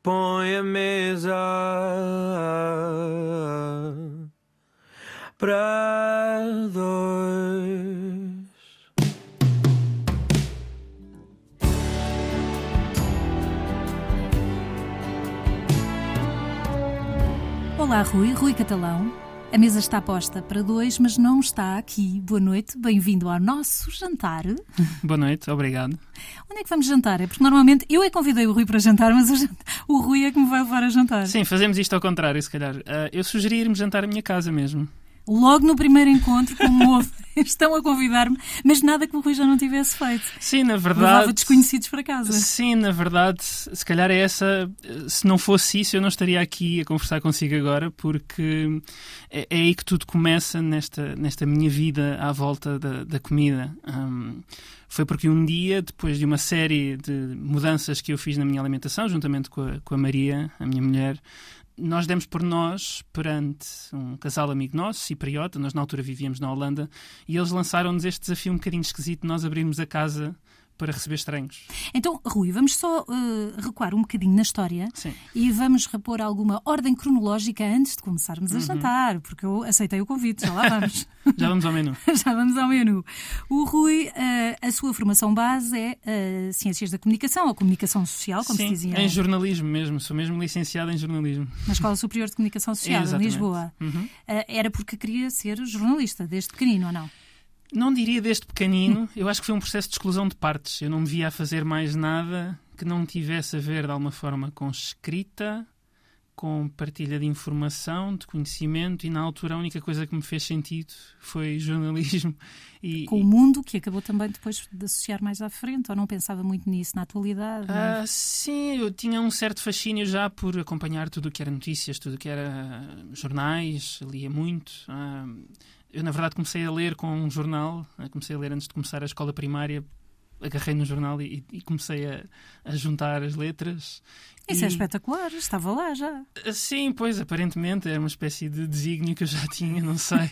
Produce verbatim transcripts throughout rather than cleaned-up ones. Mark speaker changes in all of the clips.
Speaker 1: põe a mesa para dois.
Speaker 2: Olá, Rui, Rui Catalão. A mesa está posta para dois, mas não está aqui. Boa noite, bem-vindo ao nosso jantar.
Speaker 3: Boa noite, obrigado.
Speaker 2: Onde é que vamos jantar? É porque normalmente eu é que convidei o Rui para jantar, mas o, jant... o Rui é que me vai levar a jantar.
Speaker 3: Sim, fazemos isto ao contrário, se calhar. Uh, eu sugeri irmos jantar à minha casa mesmo.
Speaker 2: Logo no primeiro encontro, como houve, estão a convidar-me, mas nada que o Rui já não tivesse feito.
Speaker 3: Sim, na verdade...
Speaker 2: Levava desconhecidos para casa.
Speaker 3: Sim, na verdade, se calhar é essa... Se não fosse isso, eu não estaria aqui a conversar consigo agora, porque é, é aí que tudo começa nesta, nesta minha vida à volta da, da comida. Um, foi porque um dia, depois de uma série de mudanças que eu fiz na minha alimentação, juntamente com a, com a Maria, a minha mulher, nós demos por nós perante um casal amigo nosso, cipriota. Nós na altura vivíamos na Holanda, e eles lançaram-nos este desafio um bocadinho esquisito de nós abrirmos a casa para receber estranhos.
Speaker 2: Então, Rui, vamos só uh, recuar um bocadinho na história.
Speaker 3: Sim.
Speaker 2: E vamos repor alguma ordem cronológica antes de começarmos a
Speaker 3: Uhum. jantar,
Speaker 2: porque eu aceitei o convite, já lá vamos.
Speaker 3: Já vamos ao menu.
Speaker 2: Já vamos ao menu. O Rui, uh, a sua formação base é uh, Ciências da Comunicação, ou Comunicação Social, como
Speaker 3: Sim,
Speaker 2: se dizia.
Speaker 3: em jornalismo mesmo. Sou mesmo licenciado em jornalismo.
Speaker 2: Na Escola Superior de Comunicação Social, em
Speaker 3: Exatamente.
Speaker 2: Lisboa.
Speaker 3: Uhum.
Speaker 2: Uh, era porque queria ser jornalista, desde pequenino, ou não?
Speaker 3: Não diria desde pequenino. Eu acho que foi um processo de exclusão de partes. Eu não me via a fazer mais nada que não tivesse a ver, de alguma forma, com escrita, com partilha de informação, de conhecimento, e na altura a única coisa que me fez sentido foi jornalismo. E,
Speaker 2: com o mundo, que acabou também depois de associar mais à frente, ou não pensava muito nisso na atualidade?
Speaker 3: Uh, sim, eu tinha um certo fascínio já por acompanhar tudo o que era notícias, tudo o que era jornais, lia muito. Uh, eu, na verdade, comecei a ler com um jornal, comecei a ler antes de começar a escola primária, agarrei no jornal e, e comecei a, a juntar as letras.
Speaker 2: Isso
Speaker 3: e...
Speaker 2: é espetacular, estava lá já.
Speaker 3: Sim, pois, aparentemente era uma espécie de desígnio que eu já tinha, não sei.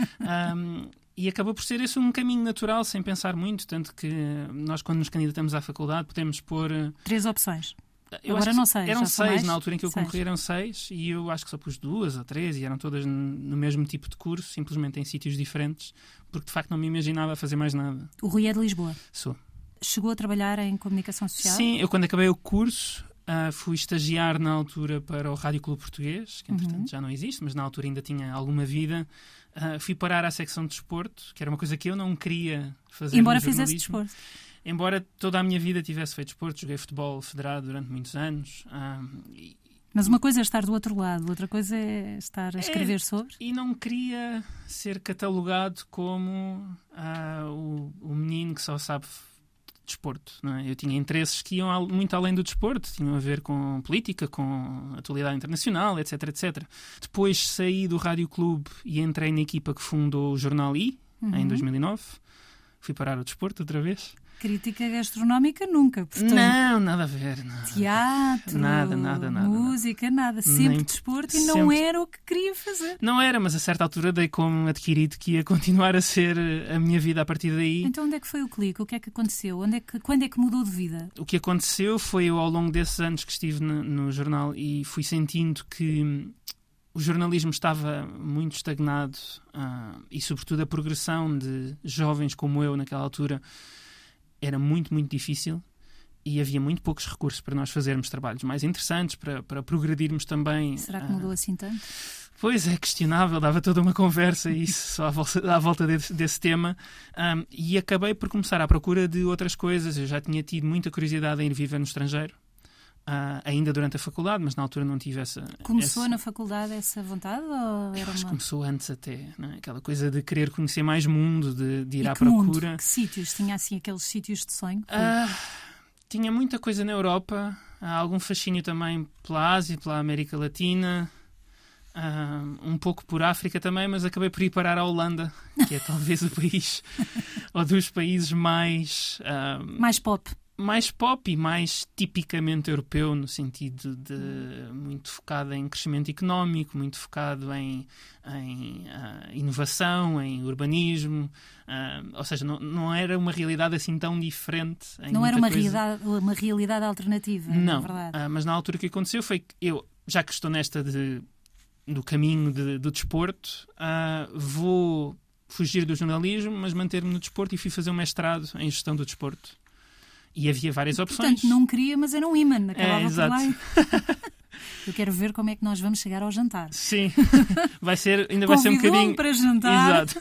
Speaker 3: um, e acabou por ser esse um caminho natural, sem pensar muito, tanto que nós, quando nos candidatamos à faculdade, podemos pôr...
Speaker 2: Três opções.
Speaker 3: Eu
Speaker 2: Agora não sei.
Speaker 3: Eram
Speaker 2: já
Speaker 3: seis,
Speaker 2: mais?
Speaker 3: na altura em que eu
Speaker 2: seis.
Speaker 3: concorri eram seis, e eu acho que só pus duas ou três, e eram todas no mesmo tipo de curso, simplesmente em sítios diferentes, porque de facto não me imaginava a fazer mais nada.
Speaker 2: O Rui é de Lisboa.
Speaker 3: Sou.
Speaker 2: Chegou a trabalhar em comunicação social?
Speaker 3: Sim, eu quando acabei o curso uh, fui estagiar na altura para o Rádio Clube Português, que entretanto
Speaker 2: Uhum.
Speaker 3: já não existe, mas na altura ainda tinha alguma vida. Uh, fui parar à secção de desporto, que era uma coisa que eu não queria fazer.
Speaker 2: Embora
Speaker 3: no
Speaker 2: fizesse
Speaker 3: jornalismo.
Speaker 2: desporto.
Speaker 3: Embora toda a minha vida tivesse feito desporto, joguei futebol federado durante muitos anos. Um, e,
Speaker 2: Mas uma coisa é estar do outro lado, outra coisa é estar a escrever
Speaker 3: é,
Speaker 2: sobre.
Speaker 3: E não queria ser catalogado como uh, o, o menino que só sabe desporto, não é? Eu tinha interesses que iam al- muito além do desporto, tinham a ver com política, com atualidade internacional, etc, etcétera. Depois saí do Rádio Clube e entrei na equipa que fundou o Jornal I,
Speaker 2: Uhum.
Speaker 3: em dois mil e nove. Fui parar ao desporto outra vez.
Speaker 2: Crítica gastronómica nunca, portanto.
Speaker 3: Não, nada a ver. Não.
Speaker 2: Teatro,
Speaker 3: Nada, nada, nada,
Speaker 2: música, nada. Sempre
Speaker 3: Nem-
Speaker 2: desporto, e não
Speaker 3: sempre.
Speaker 2: era o que queria fazer.
Speaker 3: Não era, mas a certa altura dei como adquirido que ia continuar a ser a minha vida a partir daí.
Speaker 2: Então onde é que foi o clique? O que é que aconteceu? Onde é que, quando é que mudou de vida?
Speaker 3: O que aconteceu foi eu, ao longo desses anos que estive no, no jornal, e fui sentindo que hum, o jornalismo estava muito estagnado, ah, e sobretudo a progressão de jovens como eu naquela altura era muito, muito difícil, e havia muito poucos recursos para nós fazermos trabalhos mais interessantes, para, para progredirmos também.
Speaker 2: Será que mudou assim tanto?
Speaker 3: Pois, é questionável, dava toda uma conversa isso só à volta, à volta desse, desse tema, um, e acabei por começar à procura de outras coisas. Eu já tinha tido muita curiosidade em ir viver no estrangeiro, uh, ainda durante a faculdade, mas na altura não tive essa...
Speaker 2: Começou
Speaker 3: essa...
Speaker 2: na faculdade essa vontade? Ou
Speaker 3: Eu
Speaker 2: era
Speaker 3: acho que
Speaker 2: uma...
Speaker 3: começou antes até, não é? Aquela coisa de querer conhecer mais mundo, de, de ir
Speaker 2: e
Speaker 3: à
Speaker 2: que mundo?
Speaker 3: procura.
Speaker 2: Que sítios? Tinha assim aqueles sítios de sonho?
Speaker 3: Ah, tinha muita coisa na Europa, há algum fascínio também pela Ásia, pela América Latina, ah, um pouco por África também, mas acabei por ir parar à Holanda, que é talvez o país, ou dos países mais... ah,
Speaker 2: Mais pop.
Speaker 3: mais pop e mais tipicamente europeu, no sentido de muito focado em crescimento económico, muito focado em, em uh, inovação, em urbanismo. Uh, ou seja, não, não era uma realidade assim tão diferente. Em
Speaker 2: não era uma
Speaker 3: coisa.
Speaker 2: realidade, uma realidade alternativa,
Speaker 3: não,
Speaker 2: na verdade.
Speaker 3: Uh, mas na altura que aconteceu foi que eu, já que estou nesta de, do caminho de, do desporto, uh, vou fugir do jornalismo, mas manter-me no desporto, e fui fazer um mestrado em gestão do desporto. E havia várias opções.
Speaker 2: Portanto, não queria, mas era um imã. Acabava
Speaker 3: é, exato.
Speaker 2: por lá. Eu quero ver como é que nós vamos chegar ao jantar.
Speaker 3: Sim, vai ser, ainda vai ser um bocadinho...
Speaker 2: para jantar.
Speaker 3: Exato.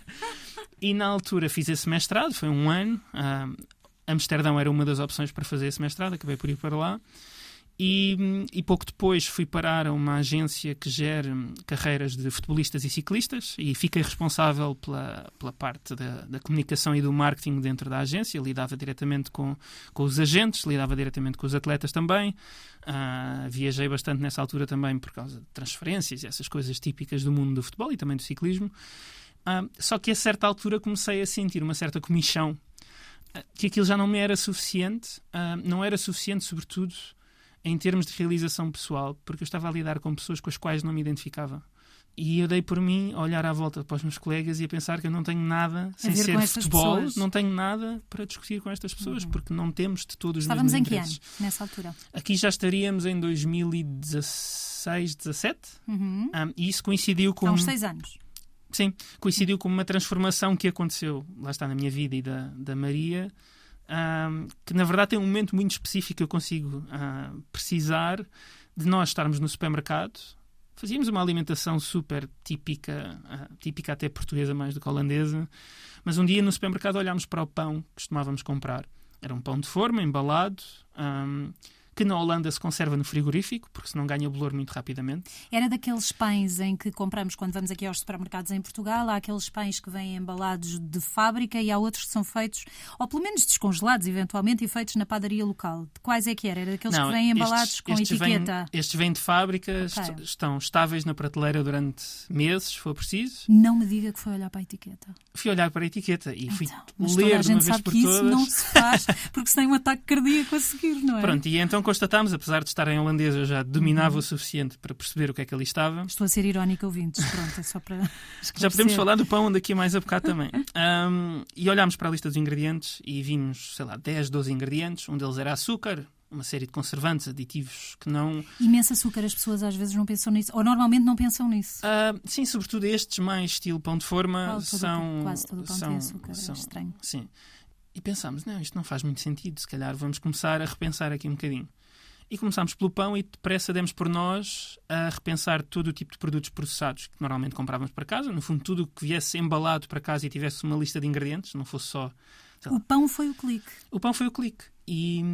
Speaker 3: E na altura fiz esse mestrado, foi um ano. Uh, Amsterdão era uma das opções para fazer esse mestrado, acabei por ir para lá. E, e pouco depois fui parar a uma agência que gera carreiras de futebolistas e ciclistas, e fiquei responsável pela, pela parte da, da comunicação e do marketing dentro da agência. Lidava diretamente com, com os agentes, lidava diretamente com os atletas também. Uh, viajei bastante nessa altura também por causa de transferências e essas coisas típicas do mundo do futebol e também do ciclismo. Uh, só que a certa altura comecei a sentir uma certa comichão, uh, que aquilo já não me era suficiente. Uh, não era suficiente, sobretudo, em termos de realização pessoal, porque eu estava a lidar com pessoas com as quais não me identificava. E eu dei por mim a olhar à volta para os meus colegas e a pensar que eu não tenho nada, sem ser futebol,
Speaker 2: pessoas.
Speaker 3: Não tenho nada para discutir com estas pessoas, uhum. porque não temos de todos os
Speaker 2: Estávamos
Speaker 3: mesmos
Speaker 2: interesses.
Speaker 3: Estávamos em
Speaker 2: que ano, nessa altura?
Speaker 3: Aqui já estaríamos em dois mil e dezasseis, dezassete,
Speaker 2: uhum.
Speaker 3: um, e isso coincidiu com...
Speaker 2: Há uns seis anos.
Speaker 3: Sim, coincidiu com uma transformação que aconteceu, lá está, na minha vida e da, da Maria... Um, que na verdade tem um momento muito específico que eu consigo uh, precisar de nós estarmos no supermercado. Fazíamos uma alimentação super típica, uh, típica até portuguesa mais do que holandesa, mas um dia no supermercado olhámos para o pão que costumávamos comprar. Era um pão de forma, embalado, um, que na Holanda se conserva no frigorífico, porque senão ganha o bolor muito rapidamente.
Speaker 2: Era daqueles pães em que compramos quando vamos aqui aos supermercados em Portugal. Há aqueles pães que vêm embalados de fábrica e há outros que são feitos, ou pelo menos descongelados, eventualmente, e feitos na padaria local. De quais é que era? Era daqueles
Speaker 3: Não,
Speaker 2: que vêm embalados
Speaker 3: estes,
Speaker 2: com
Speaker 3: estes
Speaker 2: etiqueta?
Speaker 3: Vêm, estes vêm de fábrica, okay. est- estão estáveis na prateleira durante meses, se for preciso.
Speaker 2: Não me diga que foi olhar para a etiqueta.
Speaker 3: Fui olhar para a etiqueta e
Speaker 2: então,
Speaker 3: fui
Speaker 2: mas
Speaker 3: ler
Speaker 2: toda a
Speaker 3: de uma
Speaker 2: gente
Speaker 3: vez
Speaker 2: sabe
Speaker 3: por
Speaker 2: que
Speaker 3: todas.
Speaker 2: Isso não se faz, porque se tem um ataque cardíaco a seguir, não é?
Speaker 3: Pronto, e então constatámos, apesar de estar em holandês, eu já dominava uhum. o suficiente para perceber o que é que ali estava.
Speaker 2: Estou a ser irónica, ouvintes, pronto, é só para esclarecer.
Speaker 3: Já podemos falar do pão daqui a mais a bocado também. Um, e olhámos para a lista dos ingredientes e vimos, sei lá, dez, doze ingredientes. Um deles era açúcar, uma série de conservantes, aditivos que não...
Speaker 2: Imenso açúcar, as pessoas às vezes não pensam nisso, ou normalmente não pensam nisso.
Speaker 3: Uh, sim, sobretudo estes mais estilo pão de forma,
Speaker 2: oh,
Speaker 3: são...
Speaker 2: Quase todo o pão
Speaker 3: são,
Speaker 2: tem açúcar,
Speaker 3: são,
Speaker 2: é estranho.
Speaker 3: Sim. E pensámos, não, isto não faz muito sentido, se calhar vamos começar a repensar aqui um bocadinho. E começámos pelo pão e depressa demos por nós a repensar todo o tipo de produtos processados que normalmente comprávamos para casa. No fundo, tudo o que viesse embalado para casa e tivesse uma lista de ingredientes, não fosse só...
Speaker 2: O pão foi o clique.
Speaker 3: O pão foi o clique. E,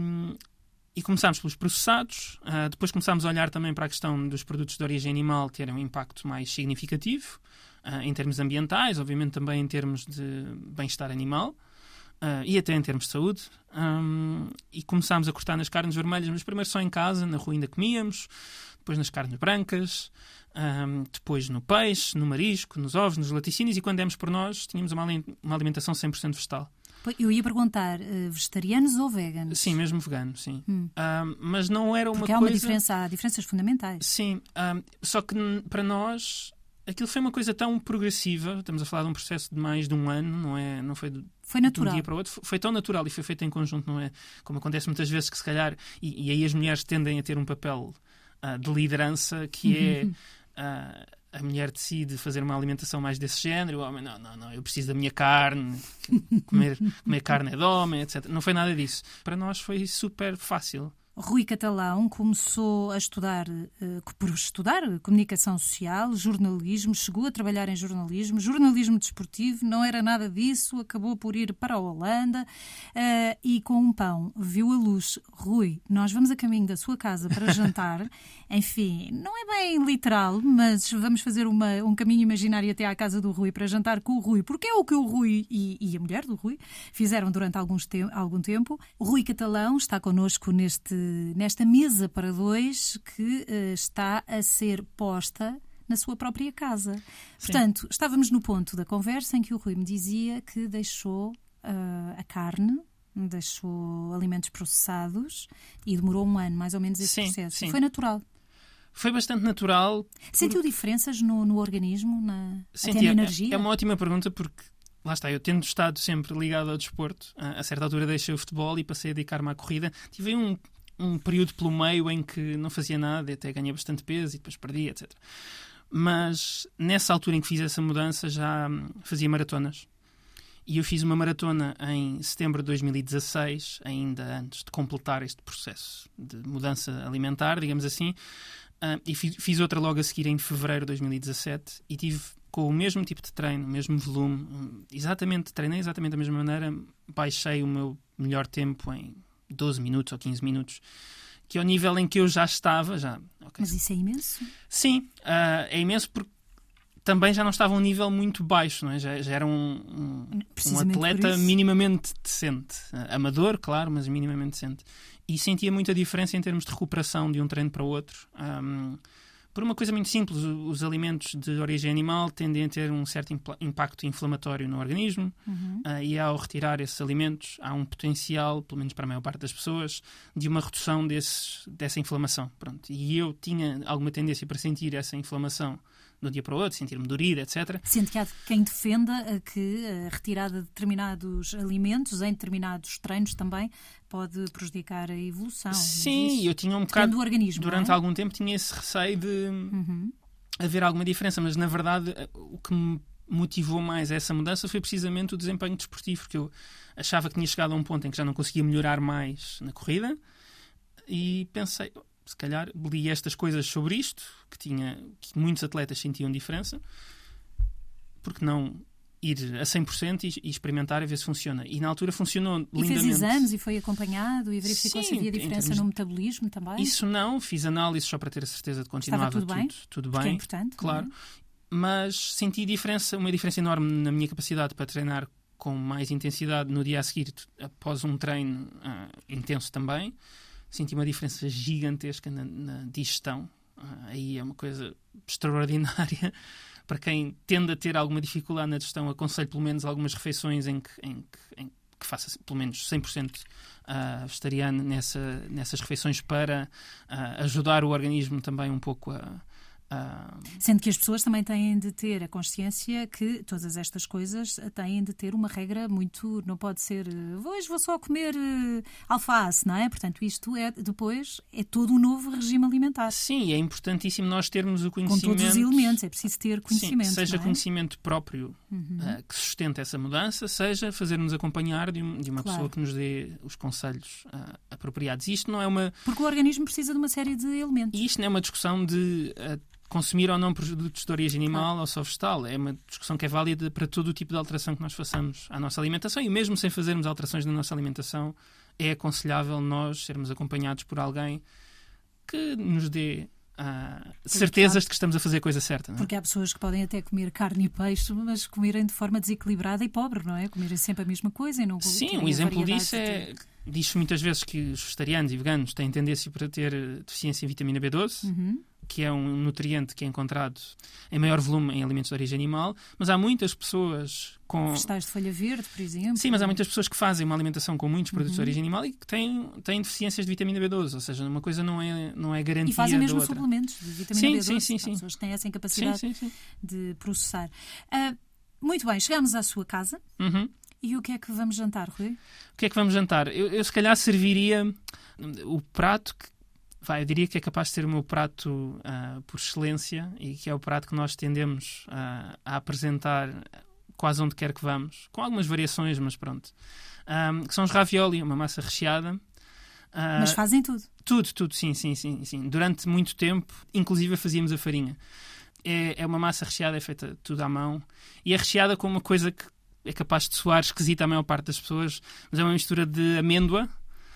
Speaker 3: e começámos pelos processados. Uh, depois começámos a olhar também para a questão dos produtos de origem animal terem um impacto mais significativo, uh, em termos ambientais, obviamente também em termos de bem-estar animal. Uh, e até em termos de saúde, um, e começámos a cortar nas carnes vermelhas, mas primeiro só em casa, na rua ainda comíamos, depois nas carnes brancas, um, depois no peixe, no marisco, nos ovos, nos laticínios, e quando demos por nós, tínhamos uma, uma alimentação cem por cento vegetal.
Speaker 2: Eu ia perguntar, uh, vegetarianos ou veganos?
Speaker 3: Sim, mesmo vegano, sim.
Speaker 2: Hum.
Speaker 3: Um, mas não era uma
Speaker 2: Porque
Speaker 3: coisa...
Speaker 2: há uma diferença, há diferenças fundamentais.
Speaker 3: Sim, um, só que para nós... Aquilo foi uma coisa tão progressiva, estamos a falar de um processo de mais de um ano, não, é, não foi de,
Speaker 2: foi natural.
Speaker 3: de um dia para o outro, foi, foi tão natural e foi feito em conjunto, não é? Como acontece muitas vezes que se calhar, e, e aí as mulheres tendem a ter um papel uh, de liderança, que é uh, a mulher decide fazer uma alimentação mais desse género, o homem, não, não, não, eu preciso da minha carne, comer, comer carne é de homem, etcétera. Não foi nada disso. Para nós foi super fácil.
Speaker 2: Rui Catalão começou a estudar, uh, por estudar comunicação social, jornalismo, chegou a trabalhar em jornalismo, jornalismo desportivo, não era nada disso, acabou por ir para a Holanda uh, e com um pão viu a luz. Rui, nós vamos a caminho da sua casa para jantar, enfim, não é bem literal, mas vamos fazer uma, um caminho imaginário até à casa do Rui para jantar com o Rui, porque é o que o Rui e, e a mulher do Rui fizeram durante alguns te- algum tempo. O Rui Catalão está connosco neste nesta mesa para dois que uh, está a ser posta na sua própria casa. Sim. Portanto, estávamos no ponto da conversa em que o Rui me dizia que deixou uh, a carne, deixou alimentos processados e demorou um ano, mais ou menos, esse
Speaker 3: sim,
Speaker 2: processo.
Speaker 3: Sim.
Speaker 2: Foi natural.
Speaker 3: Foi bastante natural.
Speaker 2: Sentiu
Speaker 3: por...
Speaker 2: diferenças no, no organismo, na,
Speaker 3: Senti,
Speaker 2: até na energia?
Speaker 3: É, é uma ótima pergunta porque, lá está, eu tendo estado sempre ligado ao desporto, a, a certa altura deixei o futebol e passei a dedicar-me à corrida. Tive um, um período pelo meio em que não fazia nada, até ganhei bastante peso e depois perdi, etcétera. Mas nessa altura em que fiz essa mudança já hum, fazia maratonas. E eu fiz uma maratona em setembro de dois mil e dezasseis, ainda antes de completar este processo de mudança alimentar, digamos assim. Uh, e fiz, fiz outra logo a seguir em fevereiro de dois mil e dezassete e tive com o mesmo tipo de treino, o mesmo volume, um, exatamente, treinei exatamente da mesma maneira, baixei o meu melhor tempo em doze minutos ou quinze minutos, que é o nível em que eu já estava. Já, okay.
Speaker 2: Mas isso é imenso?
Speaker 3: Sim, uh, é imenso porque também já não estava a um nível muito baixo, não é? já, já era um, um, um atleta minimamente decente. Uh, amador, claro, mas minimamente decente. E sentia muita diferença em termos de recuperação de um treino para o outro. Um, por uma coisa muito simples, os alimentos de origem animal tendem a ter um certo impl- impacto inflamatório no organismo.
Speaker 2: Uhum.
Speaker 3: Uh, e ao retirar esses alimentos, há um potencial, pelo menos para a maior parte das pessoas, de uma redução desses, dessa inflamação. Pronto. E eu tinha alguma tendência para sentir essa inflamação de um dia para o outro, sentir-me dorido, etcétera.
Speaker 2: Sente que há quem defenda que a retirada de determinados alimentos em determinados treinos também pode prejudicar a evolução.
Speaker 3: Sim, eu tinha um bocado,
Speaker 2: do organismo,
Speaker 3: durante
Speaker 2: é?
Speaker 3: algum tempo tinha esse receio de uhum. haver alguma diferença, mas na verdade o que me motivou mais essa mudança foi precisamente o desempenho desportivo, porque eu achava que tinha chegado a um ponto em que já não conseguia melhorar mais na corrida e pensei, se calhar li estas coisas sobre isto, que, tinha, que muitos atletas sentiam diferença, porque não ir a cem por cento e, e experimentar a ver se funciona. E na altura funcionou
Speaker 2: e
Speaker 3: lindamente.
Speaker 2: E fez exames e foi acompanhado e verificou
Speaker 3: Sim,
Speaker 2: se havia diferença no
Speaker 3: de...
Speaker 2: metabolismo também?
Speaker 3: Isso não, fiz análises só para ter a certeza de que continuava
Speaker 2: tudo bem,
Speaker 3: tudo, tudo bem.
Speaker 2: Que é importante.
Speaker 3: Claro.
Speaker 2: Não é?
Speaker 3: Mas senti diferença, uma diferença enorme na minha capacidade para treinar com mais intensidade no dia a seguir, após um treino uh, intenso também. Senti uma diferença gigantesca na, na digestão. Uh, aí é uma coisa extraordinária. Para quem tende a ter alguma dificuldade na digestão, aconselho pelo menos algumas refeições em que, em que, em que faça pelo menos cem por cento uh, vegetariano nessa, nessas refeições para uh, ajudar o organismo também um pouco a... Uh...
Speaker 2: Sendo que as pessoas também têm de ter a consciência que todas estas coisas têm de ter uma regra muito... Não pode ser, hoje vou só comer uh, alface, não é? Portanto, isto é depois é todo um novo regime alimentar.
Speaker 3: Sim, é importantíssimo nós termos o conhecimento...
Speaker 2: Com todos os elementos, é preciso ter conhecimento.
Speaker 3: Sim, seja
Speaker 2: não é?
Speaker 3: conhecimento próprio
Speaker 2: uhum.
Speaker 3: uh, que sustenta essa mudança, seja fazer-nos acompanhar de, um, de uma
Speaker 2: claro.
Speaker 3: pessoa que nos dê os conselhos uh, apropriados. E isto não é uma...
Speaker 2: Porque o organismo precisa de uma série de elementos.
Speaker 3: E isto não é uma discussão de... Uh, consumir ou não produtos de origem animal
Speaker 2: claro.
Speaker 3: ou só vegetal. É uma discussão que é válida para todo o tipo de alteração que nós façamos à nossa alimentação e mesmo sem fazermos alterações na nossa alimentação é aconselhável nós sermos acompanhados por alguém que nos dê uh, certezas de que estamos a fazer a coisa certa. Não é?
Speaker 2: Porque há pessoas que podem até comer carne e peixe, mas comerem de forma desequilibrada e pobre, não é? Comerem sempre a mesma coisa e não
Speaker 3: Sim, um exemplo disso é... Diz-se muitas vezes que os vegetarianos e veganos têm tendência para ter deficiência em vitamina B doze,
Speaker 2: uhum.
Speaker 3: que é um nutriente que é encontrado em maior volume em alimentos de origem animal, mas há muitas pessoas com...
Speaker 2: Vegetais de folha verde, por exemplo.
Speaker 3: Sim, mas há muitas pessoas que fazem uma alimentação com muitos produtos
Speaker 2: uhum.
Speaker 3: de origem animal e que têm, têm deficiências de vitamina B doze, ou seja, uma coisa não é, não é garantia
Speaker 2: e fazem mesmo
Speaker 3: da outra.
Speaker 2: suplementos de vitamina
Speaker 3: sim,
Speaker 2: B doze.
Speaker 3: Sim, sim,
Speaker 2: há
Speaker 3: sim.
Speaker 2: pessoas que têm essa incapacidade
Speaker 3: sim, sim, sim.
Speaker 2: de processar. Uh, muito bem, chegamos à sua casa.
Speaker 3: Uhum.
Speaker 2: E o que é que vamos jantar, Rui?
Speaker 3: O que é que vamos jantar? Eu, eu se calhar serviria o prato que, vai, eu diria que é capaz de ser o meu prato uh, por excelência e que é o prato que nós tendemos uh, a apresentar quase onde quer que vamos, com algumas variações, mas pronto. Um, que são os ravioli, uma massa recheada. Uh,
Speaker 2: mas fazem tudo?
Speaker 3: Tudo, tudo, sim, sim, sim, sim. Durante muito tempo, inclusive fazíamos a farinha. É, é uma massa recheada, é feita tudo à mão e é recheada com uma coisa que é capaz de soar esquisita à maior parte das pessoas, mas é uma mistura de amêndoa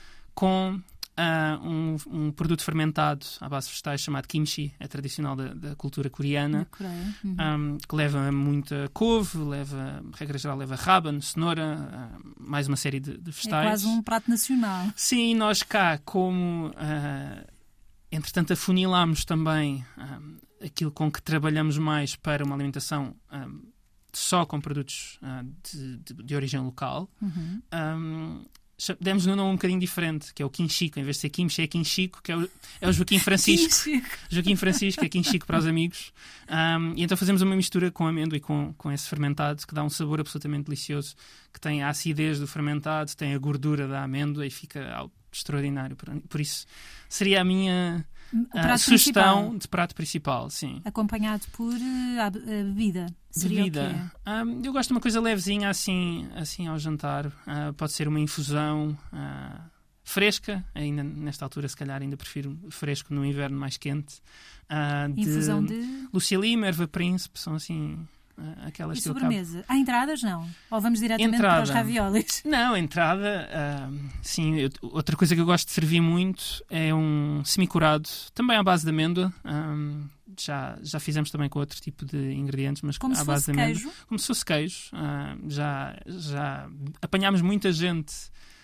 Speaker 3: com uh, um, um produto fermentado à base de vegetais chamado kimchi, é tradicional da, da cultura coreana,
Speaker 2: Coreia. Uhum.
Speaker 3: um, que leva muita couve, leva, regra geral, leva rábano, cenoura, uh, mais uma série de, de vegetais.
Speaker 2: É quase um prato nacional.
Speaker 3: Sim, nós cá, como uh, entretanto afunilámos também um, aquilo com que trabalhamos mais para uma alimentação um, só com produtos uh, de, de, de origem local,
Speaker 2: uhum.
Speaker 3: um, demos-lhe um nome um bocadinho diferente, que é o Quinchico. Em vez de ser Quimche, é Quinchico, que é o, é o Joaquim Francisco. Joaquim Francisco, é Quinchico para os amigos. Um, e então fazemos uma mistura com amêndoa e com, com esse fermentado, que dá um sabor absolutamente delicioso, que tem a acidez do fermentado, tem a gordura da amêndoa e fica algo extraordinário. Por, por isso, seria a minha... Uh, sugestão principal. De prato principal, sim.
Speaker 2: Acompanhado por uh, a, a bebida. Seria
Speaker 3: Bebida. Um, eu gosto de uma coisa levezinha assim, assim ao jantar. Uh, pode ser uma infusão uh, fresca. Ainda nesta altura, se calhar, ainda prefiro fresco no inverno mais quente. Uh, de
Speaker 2: infusão de...
Speaker 3: Lucia Lima, Erva Príncipe, são assim... Uh, aquelas
Speaker 2: e
Speaker 3: que
Speaker 2: sobremesa? Eu... Há entradas, não? Ou vamos diretamente
Speaker 3: entrada.
Speaker 2: Para os raviolis?
Speaker 3: Não, entrada... Uh, sim, eu, outra coisa que eu gosto de servir muito é um semicurado, também à base de amêndoa. Um, já, já fizemos também com outro tipo de ingredientes, mas
Speaker 2: como
Speaker 3: à base de amêndoa.
Speaker 2: Queijo?
Speaker 3: Como se fosse queijo. Uh, já, já apanhámos muita gente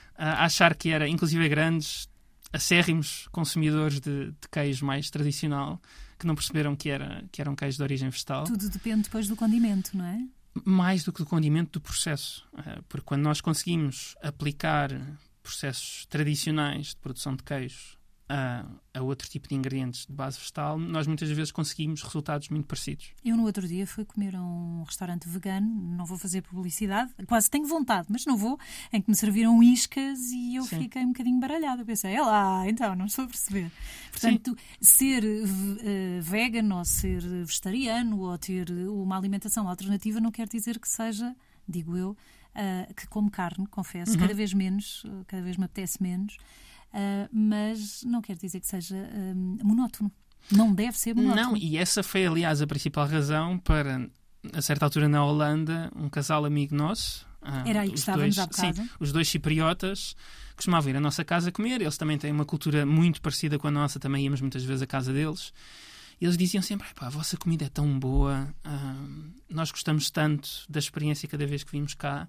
Speaker 3: a achar que era, inclusive grandes, acérrimos consumidores de, de queijo mais tradicional, que não perceberam que era, que era um queijo de origem vegetal.
Speaker 2: Tudo depende depois do condimento, não é?
Speaker 3: Mais do que do condimento, do processo. Porque quando nós conseguimos aplicar processos tradicionais de produção de queijo a, a outro tipo de ingredientes de base vegetal, nós muitas vezes conseguimos resultados muito parecidos.
Speaker 2: Eu no outro dia fui comer a um restaurante vegano, não vou fazer publicidade, quase tenho vontade, mas não vou, em que me serviram iscas e eu Sim. fiquei um bocadinho baralhada. Eu pensei, é lá, então, não estou a perceber. Portanto, Sim. ser uh, vegan ou ser vegetariano ou ter uma alimentação alternativa não quer dizer que seja, digo eu, uh, que como carne, confesso, uhum. cada vez menos, cada vez me apetece menos. Uh, mas não quer dizer que seja um, monótono. Não deve ser monótono.
Speaker 3: Não, e essa foi, aliás, a principal razão para, a certa altura na Holanda, um casal amigo nosso... Uh,
Speaker 2: Era aí que estávamos
Speaker 3: dois,
Speaker 2: há bocado.
Speaker 3: Sim, os dois cipriotas costumavam ir à nossa casa comer. Eles também têm uma cultura muito parecida com a nossa. Também íamos muitas vezes à casa deles. E eles diziam sempre, a vossa comida é tão boa. Uh, nós gostamos tanto da experiência cada vez que vimos cá.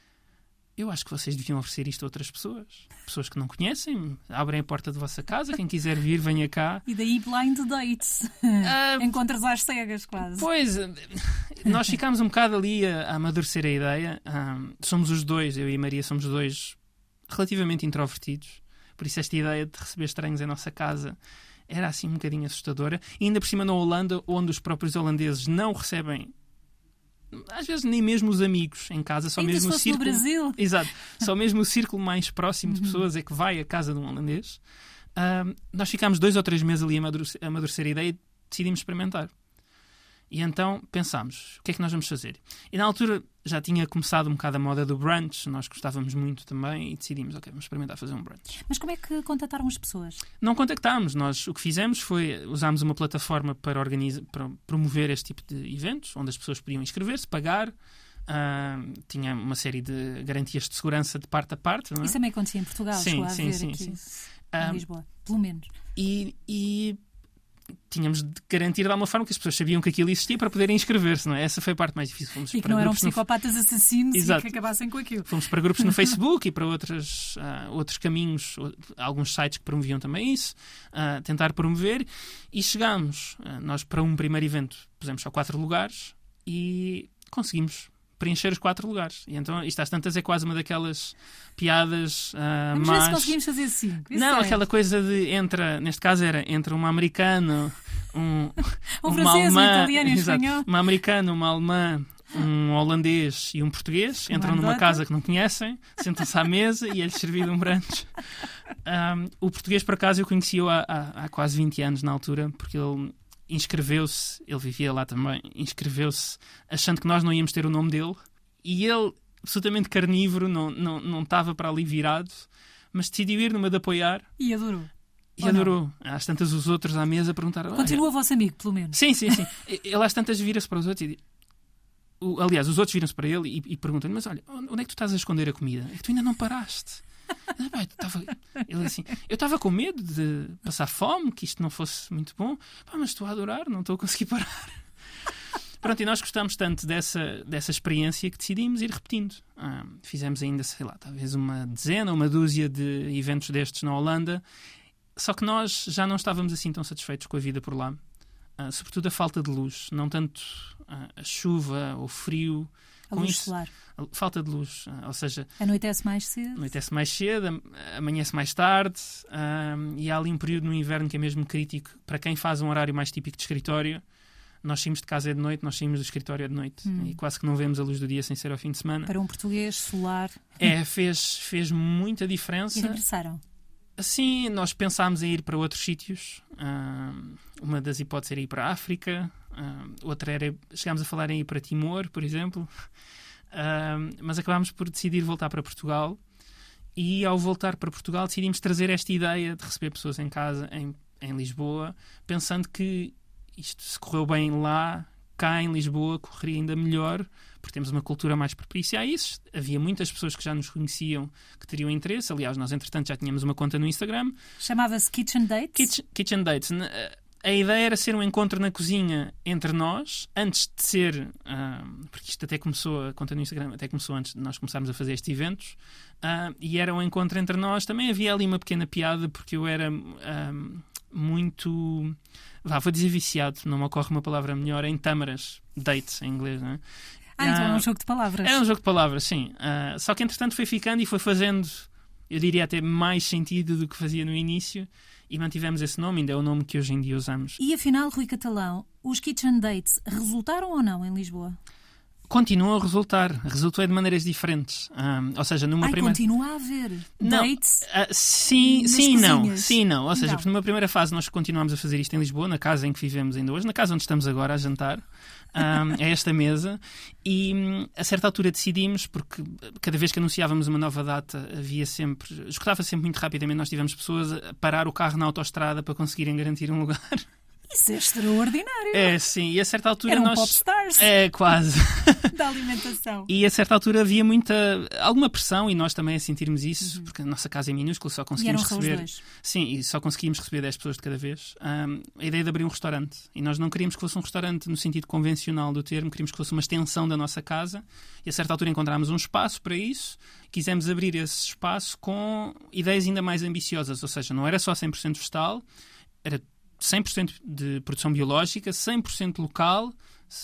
Speaker 3: Eu acho que vocês deviam oferecer isto a outras pessoas. Pessoas que não conhecem, abrem a porta da vossa casa, quem quiser vir, venha cá.
Speaker 2: E daí blind dates. Uh, Encontras às cegas, quase.
Speaker 3: Pois, nós ficámos um bocado ali a, a amadurecer a ideia. Um, somos os dois, eu e a Maria, somos dois relativamente introvertidos. Por isso esta ideia de receber estranhos em nossa casa era assim um bocadinho assustadora. E ainda por cima na Holanda, onde os próprios holandeses não recebem... Às vezes nem mesmo os amigos em casa, só
Speaker 2: Ainda
Speaker 3: mesmo
Speaker 2: se
Speaker 3: o círculo.
Speaker 2: No Brasil.
Speaker 3: Exato, só mesmo o círculo mais próximo de pessoas é que vai à casa de um holandês. Uh, nós ficámos dois ou três meses ali a amadurecer, a amadurecer a ideia e decidimos experimentar. E então pensámos, o que é que nós vamos fazer? E na altura já tinha começado um bocado a moda do brunch, nós gostávamos muito também e decidimos, ok, vamos experimentar fazer um brunch.
Speaker 2: Mas como é que contataram as pessoas?
Speaker 3: Não contactámos, nós o que fizemos foi, usámos uma plataforma para, organizar, para promover este tipo de eventos, onde as pessoas podiam inscrever-se, pagar, uh, tinha uma série de garantias de segurança de parte a parte. Não é?
Speaker 2: Isso também acontecia em Portugal,
Speaker 3: sim,
Speaker 2: chegou a
Speaker 3: sim,
Speaker 2: ver
Speaker 3: sim,
Speaker 2: aqui
Speaker 3: sim.
Speaker 2: em
Speaker 3: Uh,
Speaker 2: Lisboa, pelo menos.
Speaker 3: E... e tínhamos de garantir de alguma forma que as pessoas sabiam que aquilo existia para poderem inscrever-se, não é? Essa foi a parte mais difícil. Fomos
Speaker 2: e que
Speaker 3: para
Speaker 2: não eram
Speaker 3: grupos
Speaker 2: psicopatas no... assassinos
Speaker 3: Exato.
Speaker 2: E que acabassem com aquilo.
Speaker 3: Fomos para grupos no Facebook e para outras, uh, outros caminhos, alguns sites que promoviam também isso, uh, tentar promover, e chegámos, uh, nós para um primeiro evento pusemos só quatro lugares e conseguimos preencher os quatro lugares. E então, isto às tantas é quase uma daquelas piadas uh,
Speaker 2: Vamos
Speaker 3: más...
Speaker 2: ver se conseguimos fazer cinco. Isso
Speaker 3: não,
Speaker 2: é.
Speaker 3: Aquela coisa de entra, neste caso era entre uma americana, um,
Speaker 2: um
Speaker 3: uma
Speaker 2: francês,
Speaker 3: alemã,
Speaker 2: um italiano e um
Speaker 3: exato,
Speaker 2: espanhol.
Speaker 3: uma americana, uma alemã, um holandês e um português.
Speaker 2: Uma
Speaker 3: entram numa
Speaker 2: anedota.
Speaker 3: casa que não conhecem, sentam-se à mesa e é-lhes servido um brunch. Um, o português, por acaso, eu conheci-o há, há, há quase vinte anos na altura, porque ele inscreveu-se, ele vivia lá também, inscreveu-se achando que nós não íamos ter o nome dele. E ele, absolutamente carnívoro, não, não, não estava para ali virado, mas decidiu ir numa de apoiar.
Speaker 2: E adorou.
Speaker 3: E Ou adorou. Não? Às tantas os outros à mesa perguntaram...
Speaker 2: Continua vosso amigo, pelo menos.
Speaker 3: Sim, sim, sim. Ele às tantas vira-se para os outros e... O, aliás, os outros viram-se para ele e, e perguntam-lhe, mas olha, onde é que tu estás a esconder a comida? É que tu ainda não paraste. Ele, Pai, tava... ele assim, eu estava com medo de passar fome, que isto não fosse muito bom. Pá, mas estou a adorar, não estou a conseguir parar. Pronto, e nós gostámos tanto dessa, dessa experiência que decidimos ir repetindo. Ah, fizemos ainda, sei lá, talvez uma dezena, uma dúzia de eventos destes na Holanda. Só que nós já não estávamos assim tão satisfeitos com a vida por lá. Ah, sobretudo a falta de luz. Não tanto ah, a chuva ou o frio.
Speaker 2: A
Speaker 3: com
Speaker 2: luz
Speaker 3: isso,
Speaker 2: solar.
Speaker 3: a falta de luz, uh, ou seja,
Speaker 2: Anoitece mais cedo.
Speaker 3: anoitece mais cedo, am- amanhece mais tarde, um, e há ali um período no inverno que é mesmo crítico para quem faz um horário mais típico de escritório. Nós saímos de casa é de noite, nós saímos do escritório é de noite,
Speaker 2: Hum.
Speaker 3: e quase que não vemos a luz do dia sem ser ao fim de semana.
Speaker 2: Para um português solar.
Speaker 3: É, fez, fez muita diferença.
Speaker 2: E regressaram.
Speaker 3: Assim, nós pensámos em ir para outros sítios. Um, uma das hipóteses era ir para a África, um, outra era, chegámos a falar em ir para Timor, por exemplo, um, mas acabámos por decidir voltar para Portugal, e ao voltar para Portugal decidimos trazer esta ideia de receber pessoas em casa, em, em Lisboa, pensando que isto se correu bem lá, cá em Lisboa correria ainda melhor, porque temos uma cultura mais propícia a isso. Havia muitas pessoas que já nos conheciam que teriam interesse. Aliás, nós, entretanto, já tínhamos uma conta no Instagram.
Speaker 2: Chamava-se Kitchen Dates.
Speaker 3: Kitchen, Kitchen Dates. A ideia era ser um encontro na cozinha entre nós, antes de ser... Uh, porque isto até começou, a conta no Instagram até começou antes de nós começarmos a fazer estes eventos. Uh, e era um encontro entre nós. Também havia ali uma pequena piada, porque eu era uh, muito... Vá, vou dizer viciado, não me ocorre uma palavra melhor, em tâmaras. Date, em inglês, não é?
Speaker 2: Ah, então é
Speaker 3: Ah,
Speaker 2: um jogo de palavras.
Speaker 3: Era um jogo de palavras, sim. Uh, só que, entretanto, foi ficando e foi fazendo, eu diria até mais sentido do que fazia no início, e mantivemos esse nome, ainda é o nome que hoje em dia usamos.
Speaker 2: E afinal, Rui Catalão, os Kitchen Dates resultaram ou não em Lisboa?
Speaker 3: Continuam a resultar. Resultou de maneiras diferentes. Um, ou seja, numa
Speaker 2: Ai,
Speaker 3: primeira...
Speaker 2: continua a haver
Speaker 3: Não,
Speaker 2: dates?
Speaker 3: ah, sim,
Speaker 2: nas
Speaker 3: sim e não.
Speaker 2: cozinhas?
Speaker 3: Sim e não. Ou seja,
Speaker 2: Então.
Speaker 3: porque numa primeira fase nós continuamos a fazer isto em Lisboa, na casa em que vivemos ainda hoje, na casa onde estamos agora a jantar, um, a esta mesa, e hum, a certa altura decidimos, porque cada vez que anunciávamos uma nova data havia sempre, escutava sempre muito rapidamente, nós tivemos pessoas a parar o carro na autoestrada para conseguirem garantir um lugar.
Speaker 2: Isso é extraordinário.
Speaker 3: É, sim, e a certa altura
Speaker 2: Eram
Speaker 3: nós...
Speaker 2: popstars
Speaker 3: É, quase.
Speaker 2: da alimentação.
Speaker 3: E a certa altura havia muita, alguma pressão, e nós também a sentirmos isso, uhum. porque a nossa casa é minúscula, só
Speaker 2: E eram
Speaker 3: conseguimos
Speaker 2: só os
Speaker 3: receber.
Speaker 2: dois.
Speaker 3: Sim, e só conseguimos receber dez pessoas de cada vez. Um, a ideia de abrir um restaurante. E nós não queríamos que fosse um restaurante no sentido convencional do termo, queríamos que fosse uma extensão da nossa casa. E a certa altura encontramos um espaço para isso. Quisemos abrir esse espaço com ideias ainda mais ambiciosas, ou seja, não era só cem por cento vegetal, era cem por cento de produção biológica, cem por cento local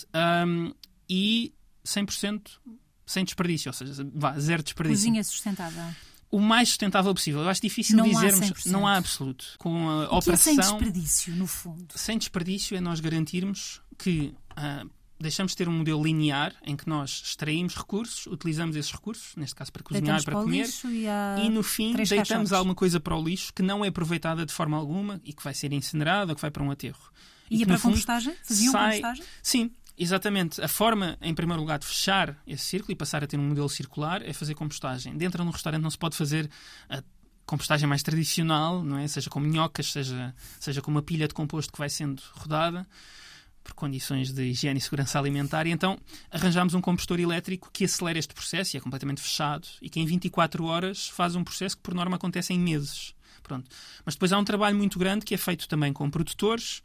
Speaker 3: um, e cem por cento sem desperdício, ou seja, vá, zero desperdício.
Speaker 2: Cozinha sustentável.
Speaker 3: O mais sustentável possível. Eu acho difícil
Speaker 2: Não há
Speaker 3: dizermos...
Speaker 2: cem por cento.
Speaker 3: Não há absoluto. Com a
Speaker 2: O que é
Speaker 3: operação...
Speaker 2: sem desperdício, no fundo?
Speaker 3: Sem desperdício é nós garantirmos que uh, deixamos de ter um modelo linear em que nós extraímos recursos, utilizamos esses recursos, neste caso para cozinhar,
Speaker 2: Deitamos
Speaker 3: para
Speaker 2: para o
Speaker 3: comer,
Speaker 2: lixo e, há
Speaker 3: e no fim
Speaker 2: três
Speaker 3: deitamos
Speaker 2: caixotes.
Speaker 3: alguma coisa para o lixo que não é aproveitada de forma alguma e que vai ser incinerada ou que vai para um aterro.
Speaker 2: E
Speaker 3: que,
Speaker 2: ia para
Speaker 3: no fundo,
Speaker 2: compostagem? Faziam
Speaker 3: sai...
Speaker 2: compostagem?
Speaker 3: Sim, exatamente. A forma, em primeiro lugar, de fechar esse círculo e passar a ter um modelo circular é fazer compostagem. Dentro de um restaurante não se pode fazer a compostagem mais tradicional, não é? Seja com minhocas, seja, seja com uma pilha de composto que vai sendo rodada por condições de higiene e segurança alimentar, e então arranjámos um compostor elétrico que acelera este processo e é completamente fechado e que em vinte e quatro horas faz um processo que por norma acontece em meses. Pronto. Mas depois há um trabalho muito grande que é feito também com produtores,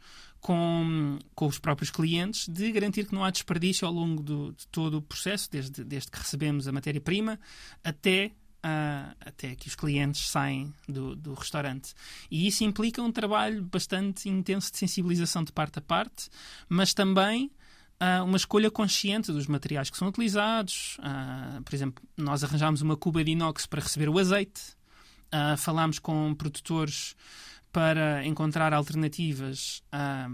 Speaker 3: com, com os próprios clientes, de garantir que não há desperdício ao longo do, de todo o processo, desde, desde que recebemos a matéria-prima até Uh, até que os clientes saem do, do restaurante. E isso implica um trabalho bastante intenso de sensibilização de parte a parte, mas também uh, uma escolha consciente dos materiais que são utilizados. Uh, por exemplo, nós arranjámos uma cuba de inox para receber o azeite, uh, falámos com produtores para encontrar alternativas a,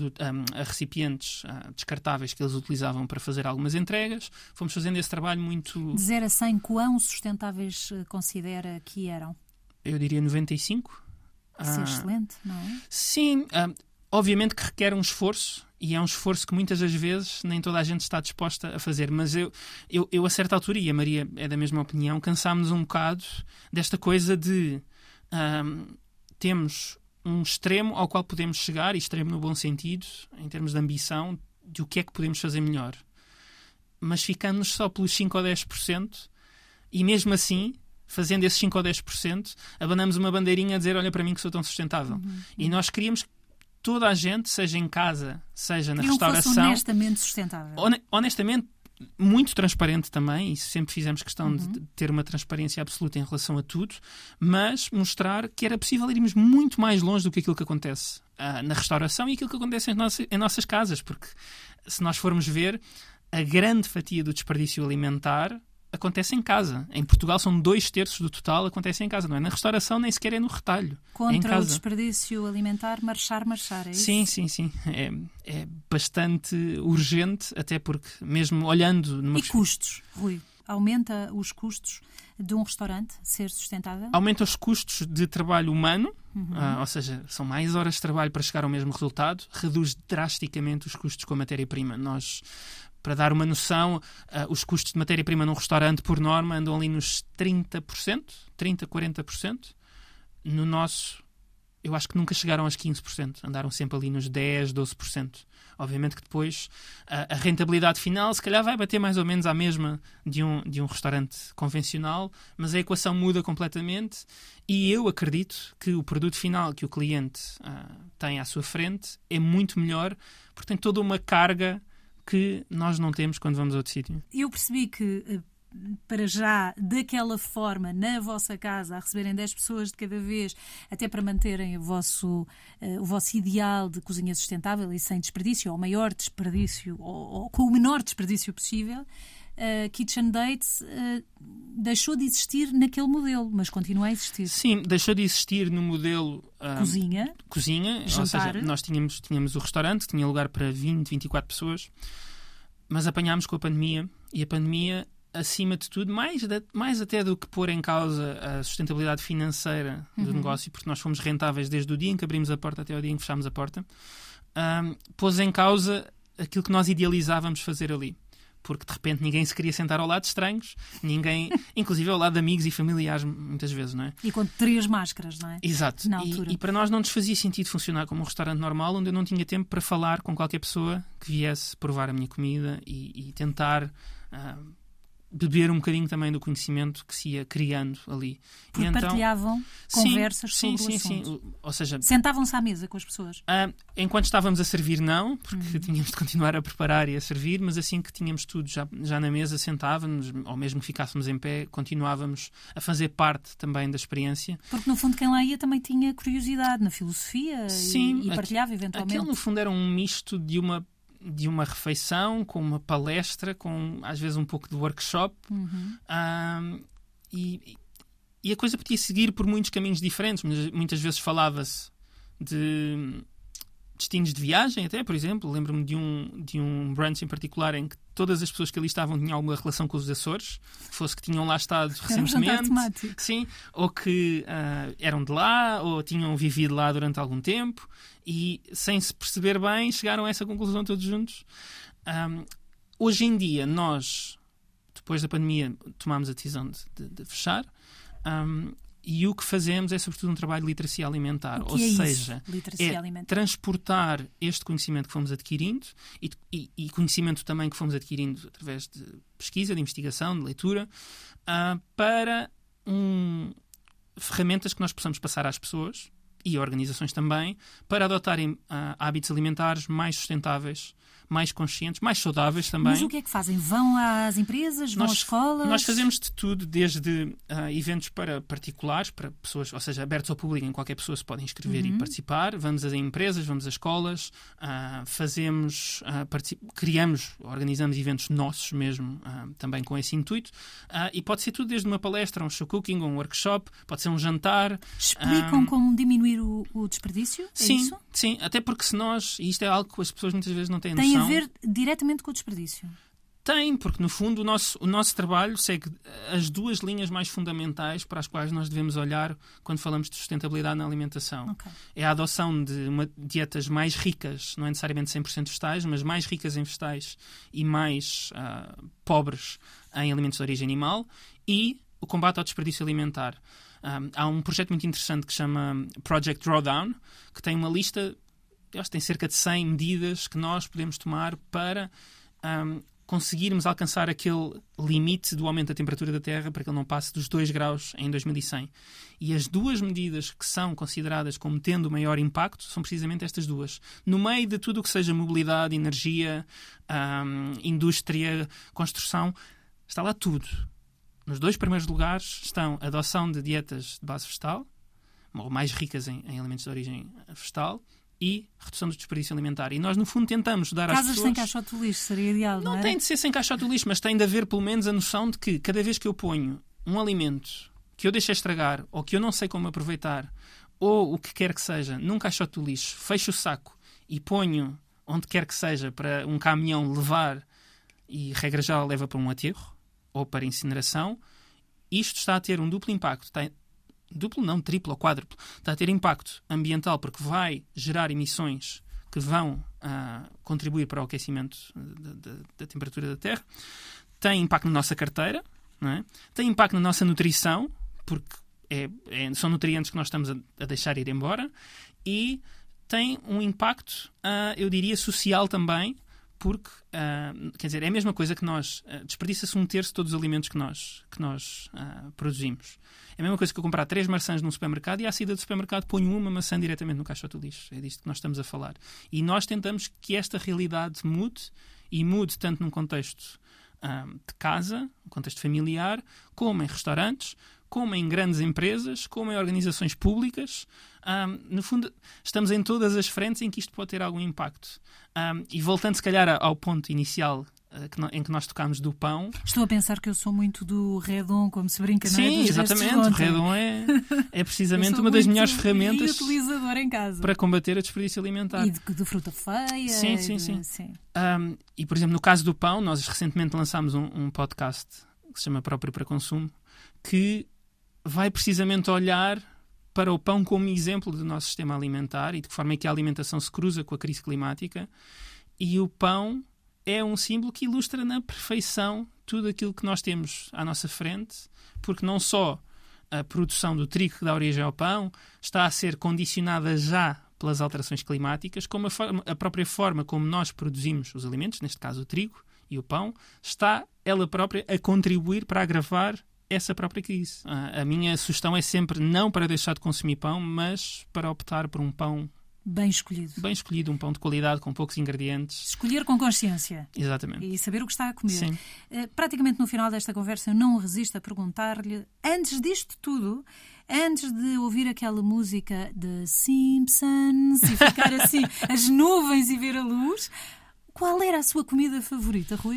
Speaker 3: a recipientes a descartáveis que eles utilizavam para fazer algumas entregas. Fomos fazendo esse trabalho muito...
Speaker 2: De zero a cem, quão sustentáveis considera que eram?
Speaker 3: Eu diria noventa e cinco.
Speaker 2: Isso é
Speaker 3: ah,
Speaker 2: excelente, não é?
Speaker 3: Sim, ah, obviamente que requer um esforço, e é um esforço que muitas das vezes nem toda a gente está disposta a fazer, mas eu, eu, eu a certa altura, e a Maria é da mesma opinião, cansámos um bocado desta coisa de... Ah, temos um extremo ao qual podemos chegar, e extremo no bom sentido, em termos de ambição, de o que é que podemos fazer melhor. Mas ficamos só pelos cinco ou dez por cento, e mesmo assim, fazendo esses cinco ou dez por cento, abanamos uma bandeirinha a dizer, olha para mim que sou tão sustentável. Uhum. E nós queríamos que toda a gente, seja em casa, seja na
Speaker 2: que
Speaker 3: restauração...
Speaker 2: Fosse honestamente sustentável.
Speaker 3: Honestamente, muito transparente também, e sempre fizemos questão
Speaker 2: uhum.
Speaker 3: de ter uma transparência absoluta em relação a tudo, mas mostrar que era possível irmos muito mais longe do que aquilo que acontece uh, na restauração e aquilo que acontece em, nossa, em nossas casas, porque se nós formos ver, a grande fatia do desperdício alimentar acontece em casa. Em Portugal são dois terços do total acontece em casa. Não é na restauração, nem sequer é no retalho.
Speaker 2: Contra
Speaker 3: é em casa.
Speaker 2: O desperdício alimentar, marchar, marchar, é isso?
Speaker 3: Sim, sim, sim. É, é bastante urgente, até porque mesmo olhando... Numa
Speaker 2: E custos, Rui? Aumenta os custos de um restaurante ser sustentável?
Speaker 3: Aumenta os custos de trabalho humano,
Speaker 2: uhum.
Speaker 3: uh, ou seja, são mais horas de trabalho para chegar ao mesmo resultado, reduz drasticamente os custos com a matéria-prima. Nós... Para dar uma noção, uh, os custos de matéria-prima num restaurante, por norma, andam ali nos trinta por cento, trinta, quarenta por cento. No nosso, eu acho que nunca chegaram aos quinze por cento. Andaram sempre ali nos dez, doze por cento. Obviamente que depois uh, a rentabilidade final, se calhar, vai bater mais ou menos à mesma de um, de um restaurante convencional, mas a equação muda completamente e eu acredito que o produto final que o cliente uh, tem à sua frente é muito melhor, porque tem toda uma carga que nós não temos quando vamos a outro sítio.
Speaker 2: Eu percebi que, para já, daquela forma, na vossa casa, a receberem dez pessoas de cada vez, até para manterem o vosso, uh, o vosso ideal de cozinha sustentável e sem desperdício, ou maior desperdício, ou, ou com o menor desperdício possível, uh, Kitchen Dates uh, deixou de existir naquele modelo, mas continua a existir.
Speaker 3: Sim, deixou de existir no modelo... Uh,
Speaker 2: cozinha.
Speaker 3: Cozinha,
Speaker 2: jantar.
Speaker 3: Ou seja, nós tínhamos, tínhamos o restaurante, que tinha lugar para vinte, vinte e quatro pessoas, mas apanhámos com a pandemia, e a pandemia, acima de tudo, mais, de, mais até do que pôr em causa a sustentabilidade financeira do
Speaker 2: uhum.
Speaker 3: negócio, porque nós fomos rentáveis desde o dia em que abrimos a porta até o dia em que fechámos a porta, um, pôs em causa aquilo que nós idealizávamos fazer ali. Porque de repente ninguém se queria sentar ao lado de estranhos, ninguém, inclusive ao lado de amigos e familiares, muitas vezes, não é?
Speaker 2: E com três máscaras, não é?
Speaker 3: Exato.
Speaker 2: Na altura.
Speaker 3: E, e para nós não nos fazia sentido funcionar como um restaurante normal, onde eu não tinha tempo para falar com qualquer pessoa que viesse provar a minha comida e, e tentar uh, beber um bocadinho também do conhecimento que se ia criando ali.
Speaker 2: Porque
Speaker 3: e então,
Speaker 2: partilhavam conversas
Speaker 3: sim,
Speaker 2: sobre
Speaker 3: sim,
Speaker 2: o assunto.
Speaker 3: Sim, ou seja...
Speaker 2: Sentavam-se à mesa com as pessoas?
Speaker 3: Uh, enquanto estávamos a servir, não, porque
Speaker 2: uhum.
Speaker 3: tínhamos de continuar a preparar e a servir, mas assim que tínhamos tudo já, já na mesa, sentávamos, ou mesmo que ficássemos em pé, continuávamos a fazer parte também da experiência.
Speaker 2: Porque no fundo quem lá ia também tinha curiosidade na filosofia
Speaker 3: sim,
Speaker 2: e, e partilhava eventualmente.
Speaker 3: Aquilo no fundo era um misto de uma de uma refeição, com uma palestra, com às vezes um pouco de workshop,
Speaker 2: uhum.
Speaker 3: um, e, e a coisa podia seguir por muitos caminhos diferentes. Muitas vezes falava-se de destinos de viagem até, por exemplo. Lembro-me de um, de um brunch em particular em que todas as pessoas que ali estavam tinham alguma relação com os Açores, fosse que tinham lá estado recentemente, sim, ou que uh, eram de lá, ou tinham vivido lá durante algum tempo, e sem se perceber bem chegaram a essa conclusão todos juntos. Um, hoje em dia nós, depois da pandemia, tomámos a decisão de, de, de fechar, um, e o que fazemos é sobretudo um trabalho de literacia alimentar,
Speaker 2: o que
Speaker 3: ou
Speaker 2: é
Speaker 3: seja,
Speaker 2: isso? Literacia
Speaker 3: é
Speaker 2: alimentar.
Speaker 3: transportar este conhecimento que fomos adquirindo e, e, e conhecimento também que fomos adquirindo através de pesquisa, de investigação, de leitura, uh, para um, ferramentas que nós possamos passar às pessoas e a organizações também, para adotarem uh, hábitos alimentares mais sustentáveis, mais conscientes, mais saudáveis também.
Speaker 2: Mas o que é que fazem? Vão às empresas? Vão
Speaker 3: nós,
Speaker 2: às escolas?
Speaker 3: Nós fazemos de tudo, desde uh, eventos para particulares, para pessoas, ou seja, abertos ao público, em qualquer pessoa se pode inscrever uhum. e participar. Vamos às empresas, vamos às escolas, uh, fazemos, uh, particip... criamos, organizamos eventos nossos mesmo, uh, também com esse intuito. Uh, e pode ser tudo desde uma palestra, um show cooking, um workshop, pode ser um jantar.
Speaker 2: Explicam
Speaker 3: uh,
Speaker 2: como diminuir o, o desperdício? É
Speaker 3: sim,
Speaker 2: isso?
Speaker 3: sim, até porque se nós, e isto é algo que as pessoas muitas vezes não têm
Speaker 2: Tem
Speaker 3: noção.
Speaker 2: Tem a ver diretamente com o desperdício?
Speaker 3: Tem, porque no fundo o nosso, o nosso trabalho segue as duas linhas mais fundamentais para as quais nós devemos olhar quando falamos de sustentabilidade na alimentação.
Speaker 2: Okay.
Speaker 3: É a adoção de uma, dietas mais ricas, não é necessariamente cem por cento vegetais, mas mais ricas em vegetais e mais uh, pobres em alimentos de origem animal, e o combate ao desperdício alimentar. Um, há um projeto muito interessante que se chama Project Drawdown, que tem uma lista, eu acho que tem cerca de cem medidas que nós podemos tomar para um, conseguirmos alcançar aquele limite do aumento da temperatura da Terra para que ele não passe dos dois graus em dois mil e cem. E as duas medidas que são consideradas como tendo o maior impacto são precisamente estas duas. No meio de tudo o que seja mobilidade, energia, um, indústria, construção, está lá tudo. Nos dois primeiros lugares estão a adoção de dietas de base vegetal, ou mais ricas em, em alimentos de origem vegetal, e redução do desperdício alimentar. E nós, no fundo, tentamos dar às
Speaker 2: Casas
Speaker 3: pessoas...
Speaker 2: sem caixote do lixo, seria ideal, não,
Speaker 3: não
Speaker 2: é?
Speaker 3: Não tem de ser sem caixote do lixo, mas tem de haver, pelo menos, a noção de que cada vez que eu ponho um alimento que eu deixei estragar, ou que eu não sei como aproveitar, ou o que quer que seja, num caixote do lixo, fecho o saco e ponho onde quer que seja para um caminhão levar e, regra geral, leva para um aterro ou para incineração, isto está a ter um duplo impacto. Está, duplo não, triplo ou quádruplo. Está a ter impacto ambiental porque vai gerar emissões que vão uh, contribuir para o aquecimento da, da, da temperatura da Terra. Tem impacto na nossa carteira, não é? Tem impacto na nossa nutrição, porque é, é, são nutrientes que nós estamos a, a deixar ir embora, e tem um impacto, uh, eu diria, social também, porque, uh, quer dizer, é a mesma coisa que nós... Uh, desperdiça-se um terço de todos os alimentos que nós, que nós uh, produzimos. É a mesma coisa que eu comprar três maçãs num supermercado e à saída do supermercado ponho uma maçã diretamente no caixote do lixo. É disto que nós estamos a falar. E nós tentamos que esta realidade mude, e mude tanto num contexto uh, de casa, um contexto familiar, como em restaurantes, como em grandes empresas, como em organizações públicas. Um, no fundo, estamos em todas as frentes em que isto pode ter algum impacto. Um, e voltando, se calhar, ao ponto inicial uh, que no, em que nós tocámos do pão...
Speaker 2: Estou a pensar que eu sou muito do redon, como se brinca, não é?
Speaker 3: Sim,
Speaker 2: Dos
Speaker 3: exatamente. O redon é, é precisamente uma das melhores ferramentas
Speaker 2: em casa
Speaker 3: para combater a desperdício alimentar.
Speaker 2: E de, de fruta feia.
Speaker 3: Sim, sim,
Speaker 2: de,
Speaker 3: sim.
Speaker 2: sim.
Speaker 3: Um, e, por exemplo, no caso do pão, nós recentemente lançámos um, um podcast que se chama Próprio para Consumo, que vai precisamente olhar para o pão como exemplo do nosso sistema alimentar e de que forma é que a alimentação se cruza com a crise climática. E o pão é um símbolo que ilustra na perfeição tudo aquilo que nós temos à nossa frente, porque não só a produção do trigo que dá origem ao pão está a ser condicionada já pelas alterações climáticas, como a, forma, a própria forma como nós produzimos os alimentos, neste caso o trigo e o pão, está ela própria a contribuir para agravar essa própria crise. A, a minha sugestão é sempre não para deixar de consumir pão, mas para optar por um pão
Speaker 2: bem escolhido.
Speaker 3: Bem escolhido, um pão de qualidade, com poucos ingredientes.
Speaker 2: Escolher com consciência.
Speaker 3: Exatamente.
Speaker 2: E saber o que está a comer.
Speaker 3: Sim.
Speaker 2: Uh, praticamente no final desta conversa eu não resisto a perguntar-lhe, antes disto tudo, antes de ouvir aquela música de Simpsons e ficar assim, as nuvens e ver a luz, qual era a sua comida favorita, Rui?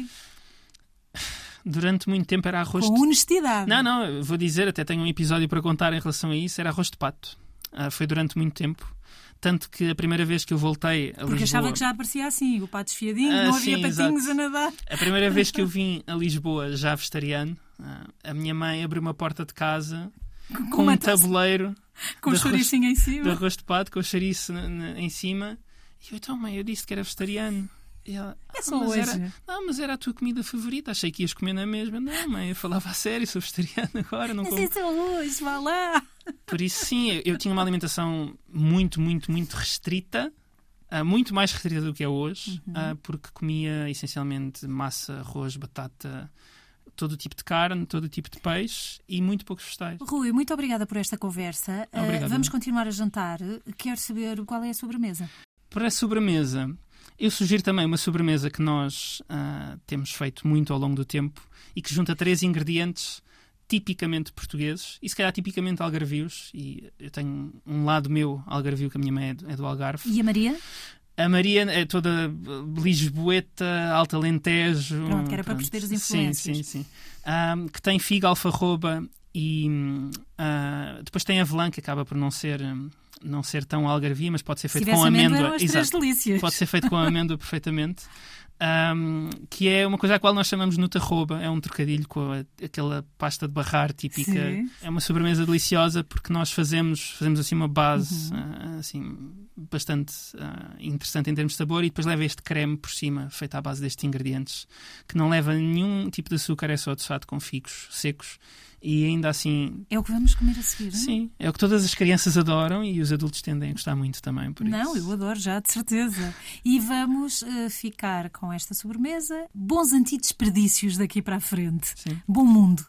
Speaker 3: Durante muito tempo era arroz
Speaker 2: com
Speaker 3: de...
Speaker 2: honestidade.
Speaker 3: Não, não, vou dizer, até tenho um episódio para contar em relação a isso, era arroz de pato. Uh, foi durante muito tempo. Tanto que a primeira vez que eu voltei a
Speaker 2: Porque
Speaker 3: Lisboa...
Speaker 2: achava que já aparecia assim, o pato esfiadinho,
Speaker 3: ah,
Speaker 2: não havia
Speaker 3: sim,
Speaker 2: patinhos
Speaker 3: exato.
Speaker 2: a nadar.
Speaker 3: A primeira vez que eu vim a Lisboa já vegetariano, uh, a minha mãe abriu uma porta de casa com, com um tabuleiro
Speaker 2: com chouricinho em cima.
Speaker 3: de arroz de pato, com o chouriço na, na, em cima. E eu, então, mãe, eu disse que era vegetariano. E ela,
Speaker 2: é
Speaker 3: ah,
Speaker 2: só
Speaker 3: mas
Speaker 2: hoje.
Speaker 3: Era, não, mas era a tua comida favorita. Achei que ias comer na mesma. Não, mãe, eu falava a sério, sou vegetariano agora. Não
Speaker 2: mas
Speaker 3: como...
Speaker 2: é só hoje, vá lá.
Speaker 3: Por isso, sim, eu, eu tinha uma alimentação muito, muito, muito restrita. Uh, muito mais restrita do que é hoje.
Speaker 2: Uhum.
Speaker 3: Uh, porque comia, essencialmente, massa, arroz, batata, todo o tipo de carne, todo o tipo de peixe e muito poucos vegetais.
Speaker 2: Rui, muito obrigada por esta conversa.
Speaker 3: Obrigado.
Speaker 2: Uh, vamos continuar a jantar. Quero saber qual é a sobremesa.
Speaker 3: Para a sobremesa... Eu sugiro também uma sobremesa que nós uh, temos feito muito ao longo do tempo e que junta três ingredientes tipicamente portugueses e se calhar tipicamente algarvios. E eu tenho um lado meu algarvio, que a minha mãe é do, é do Algarve.
Speaker 2: E a Maria?
Speaker 3: A Maria é toda lisboeta, Alto Alentejo.
Speaker 2: Pronto, que era para perceber as influências.
Speaker 3: Sim, sim, sim. Um, que tem figa, alfarroba e uh, depois tem avelã, que acaba por não ser... Um, não ser tão algarvia, mas pode ser feito com amêndoa.
Speaker 2: As três delícias.
Speaker 3: Pode ser feito com amêndoa perfeitamente. Um, que é uma coisa à qual nós chamamos nutarroba. É um trocadilho com a, aquela pasta de barrar típica.
Speaker 2: Sim.
Speaker 3: É uma sobremesa deliciosa porque nós fazemos, fazemos assim uma base
Speaker 2: uhum.
Speaker 3: uh, assim, bastante uh, interessante em termos de sabor e depois leva este creme por cima, feito à base destes ingredientes, que não leva nenhum tipo de açúcar, é só adoçado com figos secos. E ainda assim...
Speaker 2: É o que vamos comer a seguir, não é?
Speaker 3: Sim, é o que todas as crianças adoram e os adultos tendem a gostar muito também, por
Speaker 2: não,
Speaker 3: isso.
Speaker 2: eu adoro já, de certeza. E vamos uh, ficar com esta sobremesa. Bons antidesperdícios daqui para a frente.
Speaker 3: Sim.
Speaker 2: Bom mundo.